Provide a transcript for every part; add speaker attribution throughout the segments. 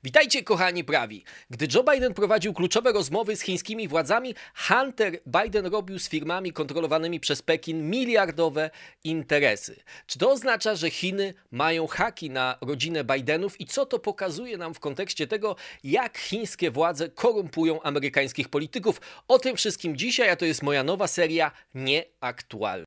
Speaker 1: Witajcie kochani prawi. Gdy Joe Biden prowadził kluczowe rozmowy z chińskimi władzami, Hunter Biden robił z firmami kontrolowanymi przez Pekin miliardowe interesy. Czy to oznacza, że Chiny mają haki na rodzinę Bidenów i co to pokazuje nam w kontekście tego, jak chińskie władze korumpują amerykańskich polityków? O tym wszystkim dzisiaj, a to jest moja nowa seria Nieaktualna.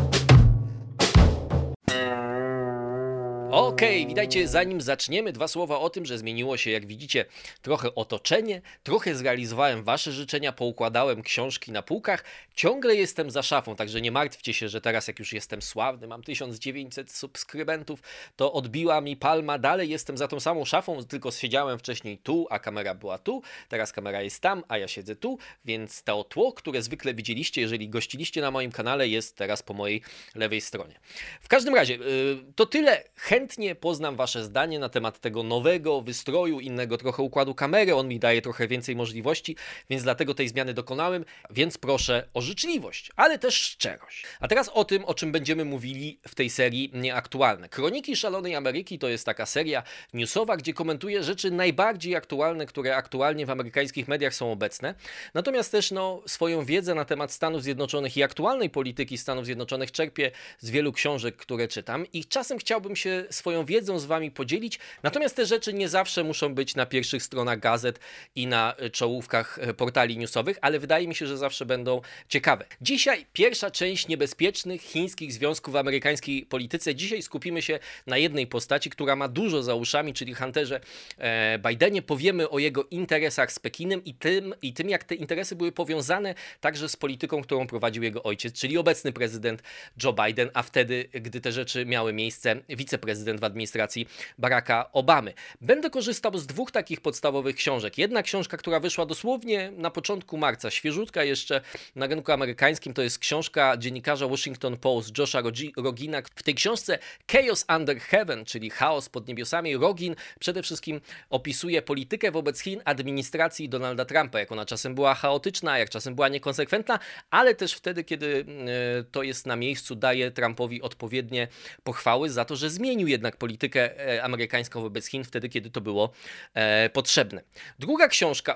Speaker 1: Okej, witajcie. Zanim zaczniemy, dwa słowa o tym, że zmieniło się, jak widzicie, trochę otoczenie, trochę zrealizowałem wasze życzenia, poukładałem książki na półkach, ciągle jestem za szafą, także nie martwcie się, że teraz jak już jestem sławny, mam 1900 subskrybentów, to odbiła mi palma, dalej jestem za tą samą szafą, tylko siedziałem wcześniej tu, a kamera była tu, teraz kamera jest tam, a ja siedzę tu, więc to tło, które zwykle widzieliście, jeżeli gościliście na moim kanale, jest teraz po mojej lewej stronie. W każdym razie, to tyle. Chętnie poznam wasze zdanie na temat tego nowego wystroju, innego trochę układu kamery. On mi daje trochę więcej możliwości, więc dlatego tej zmiany dokonałem. Więc proszę o życzliwość, ale też szczerość. A teraz o tym, o czym będziemy mówili w tej serii Nieaktualne. Kroniki Szalonej Ameryki to jest taka seria newsowa, gdzie komentuję rzeczy najbardziej aktualne, które aktualnie w amerykańskich mediach są obecne. Natomiast też swoją wiedzę na temat Stanów Zjednoczonych i aktualnej polityki Stanów Zjednoczonych czerpię z wielu książek, które czytam i czasem chciałbym się swoją wiedzą z wami podzielić, natomiast te rzeczy nie zawsze muszą być na pierwszych stronach gazet i na czołówkach portali newsowych, ale wydaje mi się, że zawsze będą ciekawe. Dzisiaj pierwsza część niebezpiecznych chińskich związków w amerykańskiej polityce. Dzisiaj skupimy się na jednej postaci, która ma dużo za uszami, czyli Hunterze Bidenie. Powiemy o jego interesach z Pekinem i tym, jak te interesy były powiązane także z polityką, którą prowadził jego ojciec, czyli obecny prezydent Joe Biden, a wtedy, gdy te rzeczy miały miejsce, wiceprezydent w administracji Baracka Obamy. Będę korzystał z dwóch takich podstawowych książek. Jedna książka, która wyszła dosłownie na początku marca, świeżutka jeszcze na rynku amerykańskim, to jest książka dziennikarza Washington Post, Josha Rogina. W tej książce Chaos Under Heaven, czyli chaos pod niebiosami, Rogin przede wszystkim opisuje politykę wobec Chin administracji Donalda Trumpa, jak ona czasem była chaotyczna, jak czasem była niekonsekwentna, ale też wtedy, kiedy to jest na miejscu, daje Trumpowi odpowiednie pochwały za to, że zmienił jednak politykę amerykańską wobec Chin wtedy, kiedy to było potrzebne. Druga książka,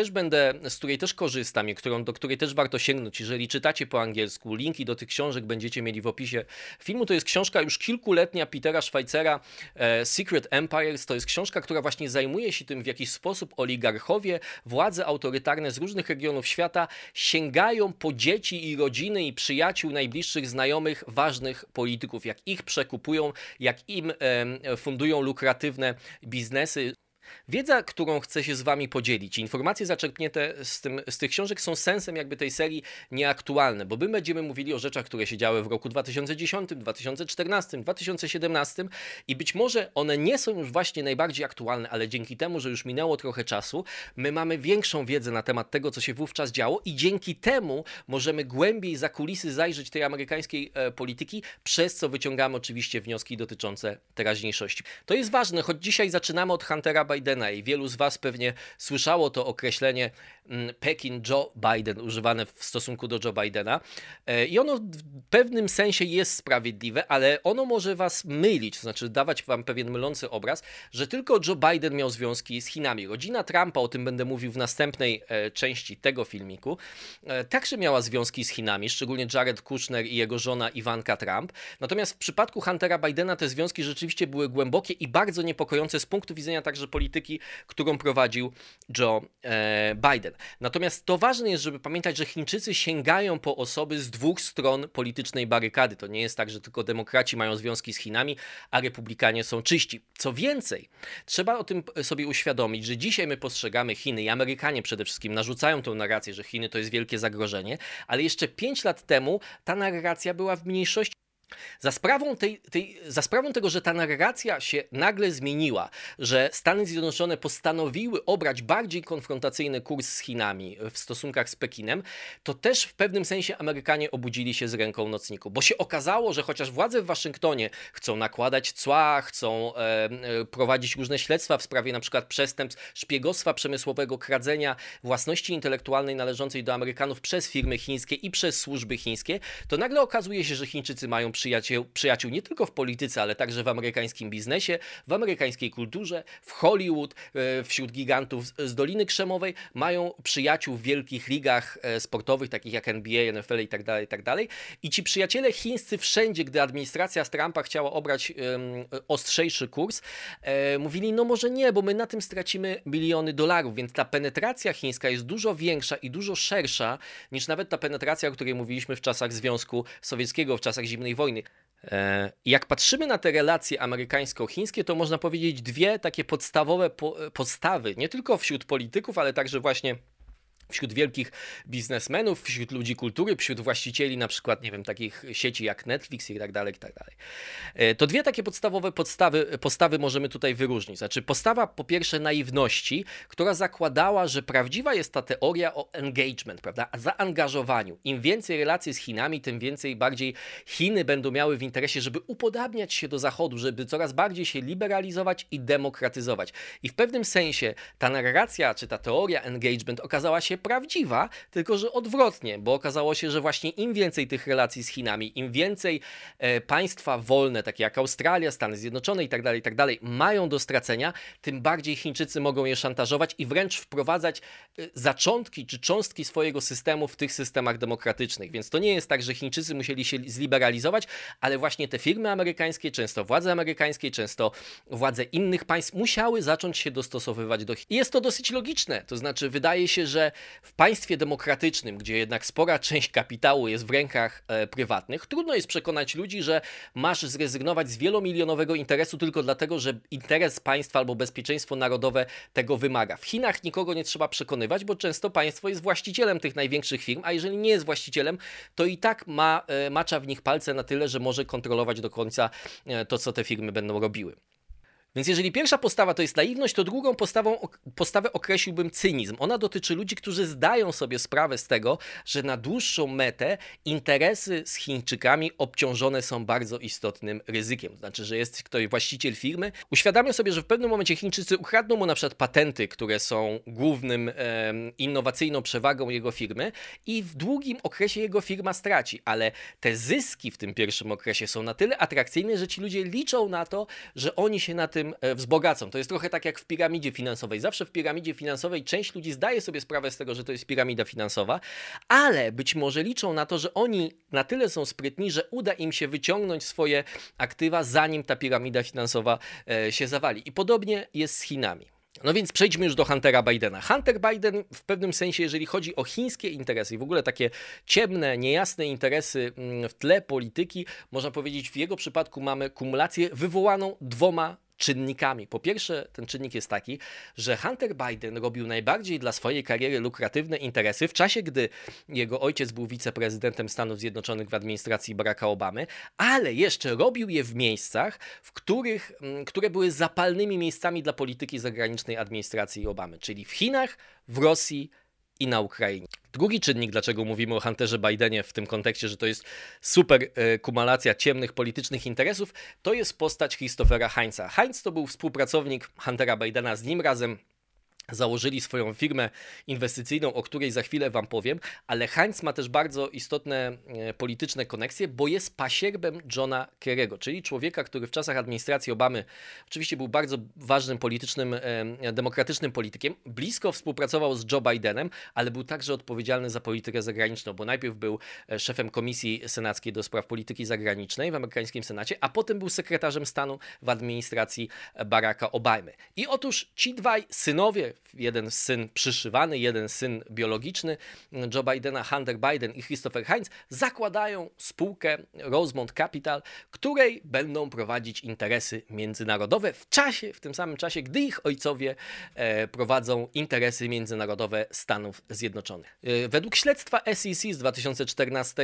Speaker 1: z której też korzystam i do której też warto sięgnąć, jeżeli czytacie po angielsku, linki do tych książek będziecie mieli w opisie filmu, to jest książka już kilkuletnia Petera Schweizera, Secret Empires. To jest książka, która właśnie zajmuje się tym, w jaki sposób oligarchowie, władze autorytarne z różnych regionów świata sięgają po dzieci i rodziny i przyjaciół, najbliższych znajomych, ważnych polityków, jak ich przekupują, jak im fundują lukratywne biznesy. Wiedza, którą chcę się z wami podzielić, informacje zaczerpnięte z tych książek są sensem jakby tej serii nieaktualne, bo my będziemy mówili o rzeczach, które się działy w roku 2010, 2014, 2017 i być może one nie są już właśnie najbardziej aktualne, ale dzięki temu, że już minęło trochę czasu, my mamy większą wiedzę na temat tego, co się wówczas działo i dzięki temu możemy głębiej za kulisy zajrzeć tej amerykańskiej polityki, przez co wyciągamy oczywiście wnioski dotyczące teraźniejszości. To jest ważne, choć dzisiaj zaczynamy od Huntera Bidena i wielu z was pewnie słyszało to określenie Pekin Joe Biden używane w stosunku do Joe Bidena i ono w pewnym sensie jest sprawiedliwe, ale ono może was mylić, to znaczy dawać wam pewien mylący obraz, że tylko Joe Biden miał związki z Chinami. Rodzina Trumpa, o tym będę mówił w następnej części tego filmiku, także miała związki z Chinami, szczególnie Jared Kushner i jego żona Ivanka Trump. Natomiast w przypadku Huntera Bidena te związki rzeczywiście były głębokie i bardzo niepokojące z punktu widzenia także polityki, którą prowadził Joe Biden. Natomiast to ważne jest, żeby pamiętać, że Chińczycy sięgają po osoby z dwóch stron politycznej barykady. To nie jest tak, że tylko demokraci mają związki z Chinami, a republikanie są czyści. Co więcej, trzeba o tym sobie uświadomić, że dzisiaj my postrzegamy Chiny i Amerykanie przede wszystkim narzucają tę narrację, że Chiny to jest wielkie zagrożenie, ale jeszcze 5 lat temu ta narracja była w mniejszości. Za sprawą tego, że ta narracja się nagle zmieniła, że Stany Zjednoczone postanowiły obrać bardziej konfrontacyjny kurs z Chinami w stosunkach z Pekinem, to też w pewnym sensie Amerykanie obudzili się z ręką w nocniku, bo się okazało, że chociaż władze w Waszyngtonie chcą nakładać cła, chcą prowadzić różne śledztwa w sprawie na przykład przestępstw szpiegostwa przemysłowego, kradzenia własności intelektualnej należącej do Amerykanów przez firmy chińskie i przez służby chińskie, to nagle okazuje się, że Chińczycy mają przyjaciół nie tylko w polityce, ale także w amerykańskim biznesie, w amerykańskiej kulturze, w Hollywood, wśród gigantów z Doliny Krzemowej, mają przyjaciół w wielkich ligach sportowych, takich jak NBA, NFL i tak dalej, i tak dalej. I ci przyjaciele chińscy wszędzie, gdy administracja z Trumpa chciała obrać ostrzejszy kurs, mówili, no może nie, bo my na tym stracimy miliony dolarów, więc ta penetracja chińska jest dużo większa i dużo szersza niż nawet ta penetracja, o której mówiliśmy w czasach Związku Sowieckiego, w czasach zimnej wojny. Jak patrzymy na te relacje amerykańsko-chińskie, to można powiedzieć dwie takie podstawowe postawy, nie tylko wśród polityków, ale także właśnie wśród wielkich biznesmenów, wśród ludzi kultury, wśród właścicieli na przykład, nie wiem, takich sieci jak Netflix i tak dalej, i tak dalej. To dwie takie podstawowe postawy możemy tutaj wyróżnić. Znaczy postawa po pierwsze naiwności, która zakładała, że prawdziwa jest ta teoria o engagement, prawda, zaangażowaniu. Im więcej relacji z Chinami, tym bardziej Chiny będą miały w interesie, żeby upodabniać się do Zachodu, żeby coraz bardziej się liberalizować i demokratyzować. I w pewnym sensie ta narracja, czy ta teoria engagement okazała się prawdziwa, tylko że odwrotnie, bo okazało się, że właśnie im więcej tych relacji z Chinami, im więcej państwa wolne, takie jak Australia, Stany Zjednoczone i tak dalej, mają do stracenia, tym bardziej Chińczycy mogą je szantażować i wręcz wprowadzać zaczątki czy cząstki swojego systemu w tych systemach demokratycznych. Więc to nie jest tak, że Chińczycy musieli się zliberalizować, ale właśnie te firmy amerykańskie, często władze amerykańskie, często władze innych państw musiały zacząć się dostosowywać do Chin. I jest to dosyć logiczne, to znaczy wydaje się, że w państwie demokratycznym, gdzie jednak spora część kapitału jest w rękach prywatnych, trudno jest przekonać ludzi, że masz zrezygnować z wielomilionowego interesu tylko dlatego, że interes państwa albo bezpieczeństwo narodowe tego wymaga. W Chinach nikogo nie trzeba przekonywać, bo często państwo jest właścicielem tych największych firm, a jeżeli nie jest właścicielem, to i tak macza w nich palce na tyle, że może kontrolować do końca to, co te firmy będą robiły. Więc jeżeli pierwsza postawa to jest naiwność, to drugą postawę określiłbym cynizm. Ona dotyczy ludzi, którzy zdają sobie sprawę z tego, że na dłuższą metę interesy z Chińczykami obciążone są bardzo istotnym ryzykiem. To znaczy, że jest ktoś właściciel firmy, uświadamia sobie, że w pewnym momencie Chińczycy ukradną mu na przykład patenty, które są głównym innowacyjną przewagą jego firmy i w długim okresie jego firma straci. Ale te zyski w tym pierwszym okresie są na tyle atrakcyjne, że ci ludzie liczą na to, że oni się na tym wzbogacą. To jest trochę tak jak w piramidzie finansowej. Zawsze w piramidzie finansowej część ludzi zdaje sobie sprawę z tego, że to jest piramida finansowa, ale być może liczą na to, że oni na tyle są sprytni, że uda im się wyciągnąć swoje aktywa, zanim ta piramida finansowa się zawali. I podobnie jest z Chinami. No więc przejdźmy już do Huntera Bidena. Hunter Biden w pewnym sensie, jeżeli chodzi o chińskie interesy i w ogóle takie ciemne, niejasne interesy w tle polityki, można powiedzieć, w jego przypadku mamy kumulację wywołaną dwoma czynnikami. Po pierwsze, ten czynnik jest taki, że Hunter Biden robił najbardziej dla swojej kariery lukratywne interesy w czasie, gdy jego ojciec był wiceprezydentem Stanów Zjednoczonych w administracji Baracka Obamy, ale jeszcze robił je w miejscach, które były zapalnymi miejscami dla polityki zagranicznej administracji Obamy, czyli w Chinach, w Rosji i na Ukrainie. Drugi czynnik, dlaczego mówimy o Hunterze Bidenie w tym kontekście, że to jest super kumulacja ciemnych politycznych interesów, to jest postać Christophera Heinza. Heinz to był współpracownik Huntera Bidena, z nim razem założyli swoją firmę inwestycyjną, o której za chwilę wam powiem, ale Heinz ma też bardzo istotne polityczne koneksje, bo jest pasierbem Johna Kerry'ego, czyli człowieka, który w czasach administracji Obamy oczywiście był bardzo ważnym politycznym, demokratycznym politykiem, blisko współpracował z Joe Bidenem, ale był także odpowiedzialny za politykę zagraniczną, bo najpierw był szefem Komisji Senackiej do spraw polityki zagranicznej w amerykańskim Senacie, a potem był sekretarzem stanu w administracji Baracka Obamy. I otóż ci dwaj synowie, jeden syn przyszywany, jeden syn biologiczny Joe Bidena, Hunter Biden i Christopher Heinz, zakładają spółkę Rosemont Capital, której będą prowadzić interesy międzynarodowe w tym samym czasie, gdy ich ojcowie prowadzą interesy międzynarodowe Stanów Zjednoczonych. Według śledztwa SEC z 2014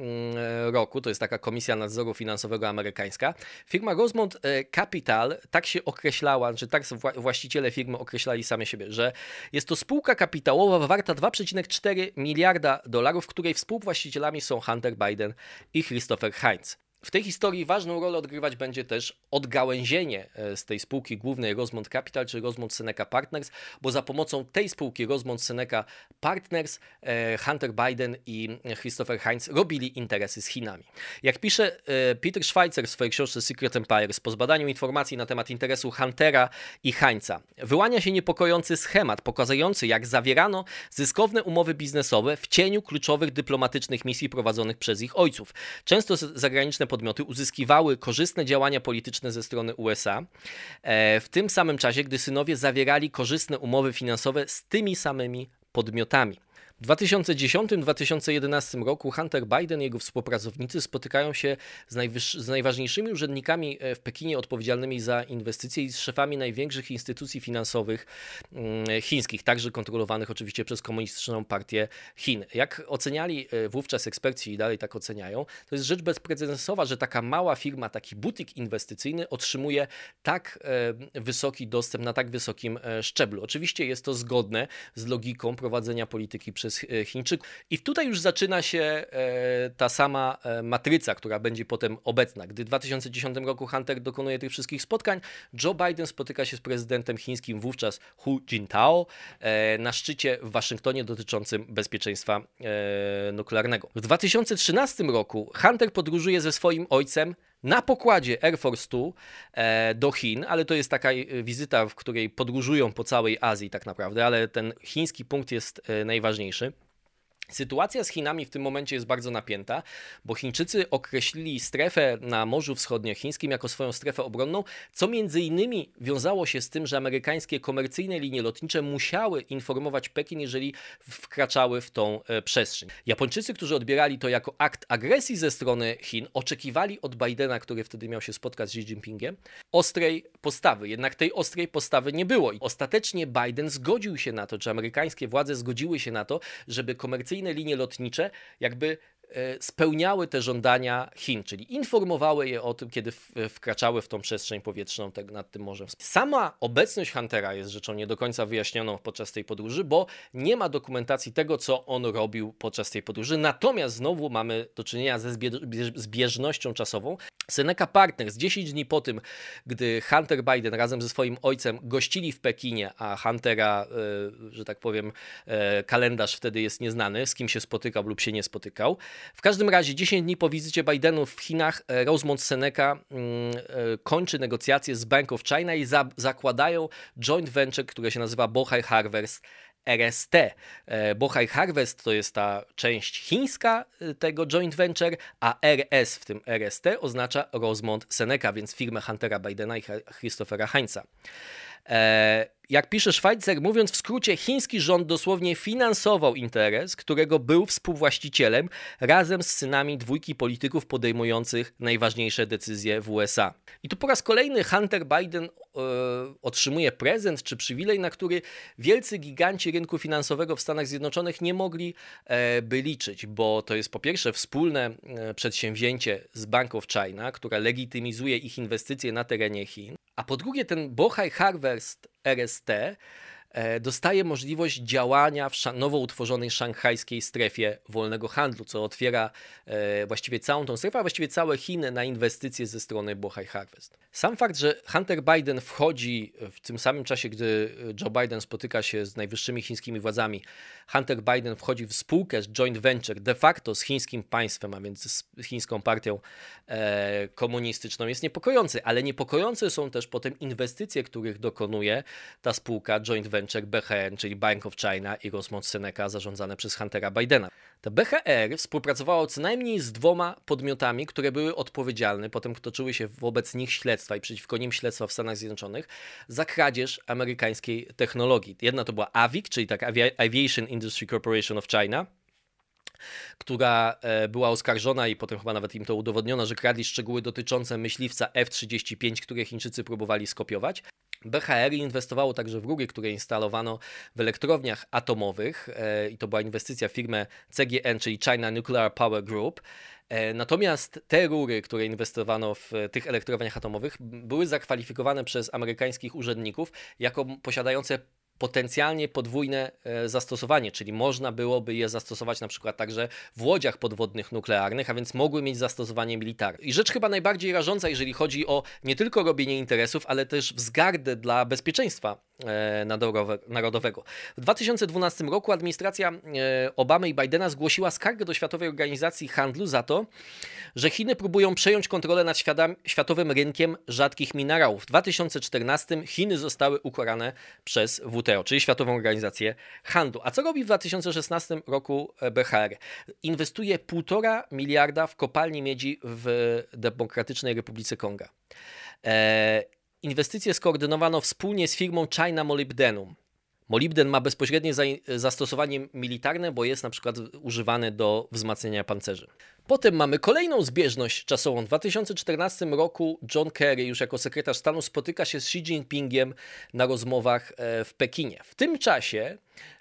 Speaker 1: roku, to jest taka Komisja Nadzoru Finansowego amerykańska, firma Rosemont Capital tak się określała, że tak właściciele firmy określali sami siebie, że jest to spółka kapitałowa warta 2,4 miliarda dolarów, której współwłaścicielami są Hunter Biden i Christopher Heinz. W tej historii ważną rolę odgrywać będzie też odgałęzienie z tej spółki głównej Rosemont Capital czy Rosemont Seneca Partners, bo za pomocą tej spółki Rosemont Seneca Partners Hunter Biden i Christopher Heinz robili interesy z Chinami. Jak pisze Peter Schweitzer w swojej książce Secret Empires, po zbadaniu informacji na temat interesu Huntera i Heinza, wyłania się niepokojący schemat pokazujący, jak zawierano zyskowne umowy biznesowe w cieniu kluczowych dyplomatycznych misji prowadzonych przez ich ojców. Często zagraniczne podmioty uzyskiwały korzystne działania polityczne ze strony USA, w tym samym czasie, gdy synowie zawierali korzystne umowy finansowe z tymi samymi podmiotami. W 2010-2011 roku Hunter Biden i jego współpracownicy spotykają się z najważniejszymi urzędnikami w Pekinie odpowiedzialnymi za inwestycje i z szefami największych instytucji finansowych chińskich, także kontrolowanych oczywiście przez Komunistyczną Partię Chin. Jak oceniali wówczas eksperci i dalej tak oceniają, to jest rzecz bezprecedensowa, że taka mała firma, taki butik inwestycyjny otrzymuje tak wysoki dostęp na tak wysokim szczeblu. Oczywiście jest to zgodne z logiką prowadzenia polityki przez Chińczyków. I tutaj już zaczyna się ta sama matryca, która będzie potem obecna. Gdy w 2010 roku Hunter dokonuje tych wszystkich spotkań, Joe Biden spotyka się z prezydentem chińskim wówczas Hu Jintao na szczycie w Waszyngtonie dotyczącym bezpieczeństwa nuklearnego. W 2013 roku Hunter podróżuje ze swoim ojcem na pokładzie Air Force Two do Chin, ale to jest taka wizyta, w której podróżują po całej Azji tak naprawdę, ale ten chiński punkt jest najważniejszy. Sytuacja z Chinami w tym momencie jest bardzo napięta, bo Chińczycy określili strefę na Morzu Wschodniochińskim jako swoją strefę obronną, co między innymi wiązało się z tym, że amerykańskie komercyjne linie lotnicze musiały informować Pekin, jeżeli wkraczały w tą przestrzeń. Japończycy, którzy odbierali to jako akt agresji ze strony Chin, oczekiwali od Bidena, który wtedy miał się spotkać z Xi Jinpingiem, ostrej postawy. Jednak tej ostrej postawy nie było. I ostatecznie Biden zgodził się na to, czy amerykańskie władze zgodziły się na to, żeby komercyjne linie lotnicze jakby spełniały te żądania Chin, czyli informowały je o tym, kiedy wkraczały w tą przestrzeń powietrzną nad tym morzem. Sama obecność Huntera jest rzeczą nie do końca wyjaśnioną podczas tej podróży, bo nie ma dokumentacji tego, co on robił podczas tej podróży. Natomiast znowu mamy do czynienia ze zbieżnością czasową. Seneca Partners 10 dni po tym, gdy Hunter Biden razem ze swoim ojcem gościli w Pekinie, a Huntera, że tak powiem, kalendarz wtedy jest nieznany, z kim się spotykał lub się nie spotykał. W każdym razie 10 dni po wizycie Bidenu w Chinach Rosemont Seneca kończy negocjacje z Bank of China i zakładają joint venture, które się nazywa Bohai Harvest RST. Bohai Harvest to jest ta część chińska tego joint venture, a RS w tym RST oznacza Rosemont Seneca, więc firmę Huntera Bidena i Christophera Heinza. Jak pisze Schweitzer, mówiąc w skrócie, chiński rząd dosłownie finansował interes, którego był współwłaścicielem razem z synami dwójki polityków podejmujących najważniejsze decyzje w USA. I tu po raz kolejny Hunter Biden otrzymuje prezent czy przywilej, na który wielcy giganci rynku finansowego w Stanach Zjednoczonych nie mogli by liczyć, bo to jest po pierwsze wspólne przedsięwzięcie z Bank of China, która legitymizuje ich inwestycje na terenie Chin, a po drugie ten Bohai Harvest RST dostaje możliwość działania w nowo utworzonej szanghajskiej strefie wolnego handlu, co otwiera właściwie całą tą strefę, a właściwie całe Chiny na inwestycje ze strony Bohai Harvest. Sam fakt, że Hunter Biden wchodzi w tym samym czasie, gdy Joe Biden spotyka się z najwyższymi chińskimi władzami, Hunter Biden wchodzi w spółkę z joint venture de facto z chińskim państwem, a więc z chińską partią komunistyczną, jest niepokojący, ale niepokojące są też potem inwestycje, których dokonuje ta spółka joint venture BHR, czyli Bank of China i Rosemont Seneca zarządzane przez Huntera Bidena. Ta BHR współpracowało co najmniej z dwoma podmiotami, które były odpowiedzialne, potem toczyły się wobec nich śledztwa i przeciwko nim śledztwa w Stanach Zjednoczonych za kradzież amerykańskiej technologii. Jedna to była AVIC, czyli tak Aviation Industry Corporation of China, która była oskarżona i potem chyba nawet im to udowodniono, że kradli szczegóły dotyczące myśliwca F-35, które Chińczycy próbowali skopiować. BHR inwestowało także w rury, które instalowano w elektrowniach atomowych i to była inwestycja w firmę CGN, czyli China Nuclear Power Group. Natomiast te rury, które inwestowano w tych elektrowniach atomowych, były zakwalifikowane przez amerykańskich urzędników jako posiadające potencjalnie podwójne zastosowanie, czyli można byłoby je zastosować na przykład także w łodziach podwodnych nuklearnych, a więc mogły mieć zastosowanie militarne. I rzecz chyba najbardziej rażąca, jeżeli chodzi o nie tylko robienie interesów, ale też wzgardę dla bezpieczeństwa narodowego. W 2012 roku administracja Obamy i Bidena zgłosiła skargę do Światowej Organizacji Handlu za to, że Chiny próbują przejąć kontrolę nad światowym rynkiem rzadkich minerałów. W 2014 Chiny zostały ukarane przez WTO, czyli Światową Organizację Handlu. A co robi w 2016 roku BHR? Inwestuje 1,5 miliarda w kopalnię miedzi w Demokratycznej Republice Konga. Inwestycje skoordynowano wspólnie z firmą China Molybdenum. Molibden ma bezpośrednie zastosowanie militarne, bo jest na przykład używany do wzmacniania pancerzy. Potem mamy kolejną zbieżność czasową. W 2014 roku John Kerry już jako sekretarz stanu spotyka się z Xi Jinpingiem na rozmowach w Pekinie. W tym czasie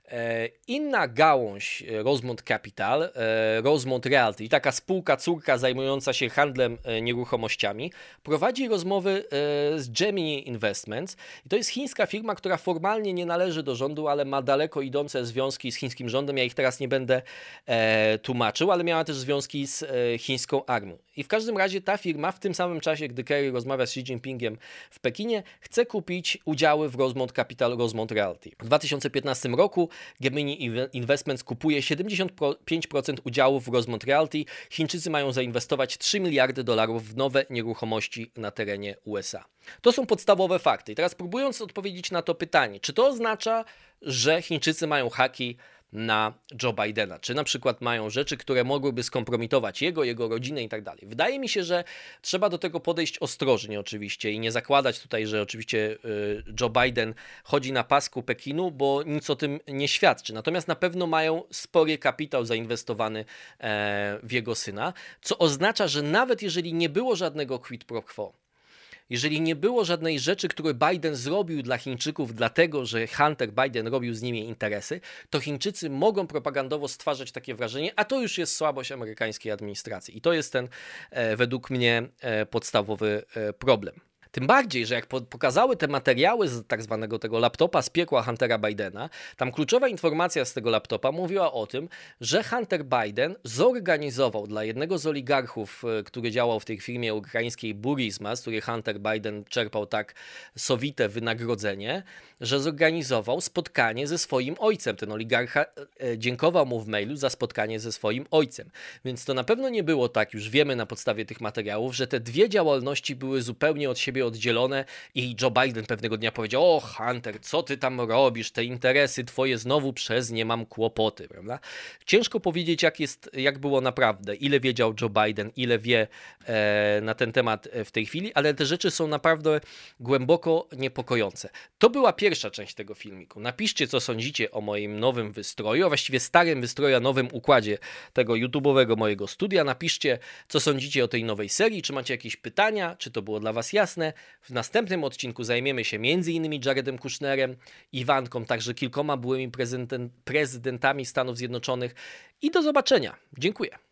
Speaker 1: inna gałąź Rosemont Capital, Rosemont Realty, taka spółka córka zajmująca się handlem nieruchomościami, prowadzi rozmowy z Gemini Investments. I to jest chińska firma, która formalnie nie należy do rządu, ale ma daleko idące związki z chińskim rządem. Ja ich teraz nie będę tłumaczył, ale miała też związki z chińską armią. I w każdym razie ta firma w tym samym czasie, gdy Kerry rozmawia z Xi Jinpingiem w Pekinie, chce kupić udziały w Rosemont Capital, Rosemont Realty. W 2015 roku Gemini Investments kupuje 75% udziałów w Rosemont Realty. Chińczycy mają zainwestować $3 miliardy w nowe nieruchomości na terenie USA. To są podstawowe fakty. I teraz próbując odpowiedzieć na to pytanie, czy to oznacza, że Chińczycy mają haki na Joe Bidena, czy na przykład mają rzeczy, które mogłyby skompromitować jego rodzinę i tak dalej. Wydaje mi się, że trzeba do tego podejść ostrożnie oczywiście i nie zakładać tutaj, że oczywiście Joe Biden chodzi na pasku Pekinu, bo nic o tym nie świadczy. Natomiast na pewno mają spory kapitał zainwestowany w jego syna, co oznacza, że nawet jeżeli nie było żadnego quid pro quo, jeżeli nie było żadnej rzeczy, którą Biden zrobił dla Chińczyków, dlatego że Hunter Biden robił z nimi interesy, to Chińczycy mogą propagandowo stwarzać takie wrażenie, a to już jest słabość amerykańskiej administracji. I to jest ten, według mnie, podstawowy problem. Tym bardziej, że jak pokazały te materiały z tak zwanego tego laptopa z piekła Huntera Bidena, tam kluczowa informacja z tego laptopa mówiła o tym, że Hunter Biden zorganizował dla jednego z oligarchów, który działał w tej firmie ukraińskiej Burisma, z której Hunter Biden czerpał tak sowite wynagrodzenie, że zorganizował spotkanie ze swoim ojcem. Ten oligarcha dziękował mu w mailu za spotkanie ze swoim ojcem. Więc to na pewno nie było tak, już wiemy na podstawie tych materiałów, że te dwie działalności były zupełnie od siebie oddzielone i Joe Biden pewnego dnia powiedział: o Hunter, co ty tam robisz, te interesy twoje znowu przez nie mam kłopoty, prawda? Ciężko powiedzieć jak było naprawdę, ile wiedział Joe Biden, ile wie na ten temat w tej chwili, ale te rzeczy są naprawdę głęboko niepokojące. To była pierwsza część tego filmiku. Napiszcie, co sądzicie o moim nowym wystroju, a właściwie starym wystroju, a nowym układzie tego YouTube'owego mojego studia. Napiszcie, co sądzicie o tej nowej serii, czy macie jakieś pytania, czy to było dla was jasne. W następnym odcinku zajmiemy się m.in. Jaredem Kushnerem, Iwanką, także kilkoma byłymi prezydentami Stanów Zjednoczonych i do zobaczenia. Dziękuję.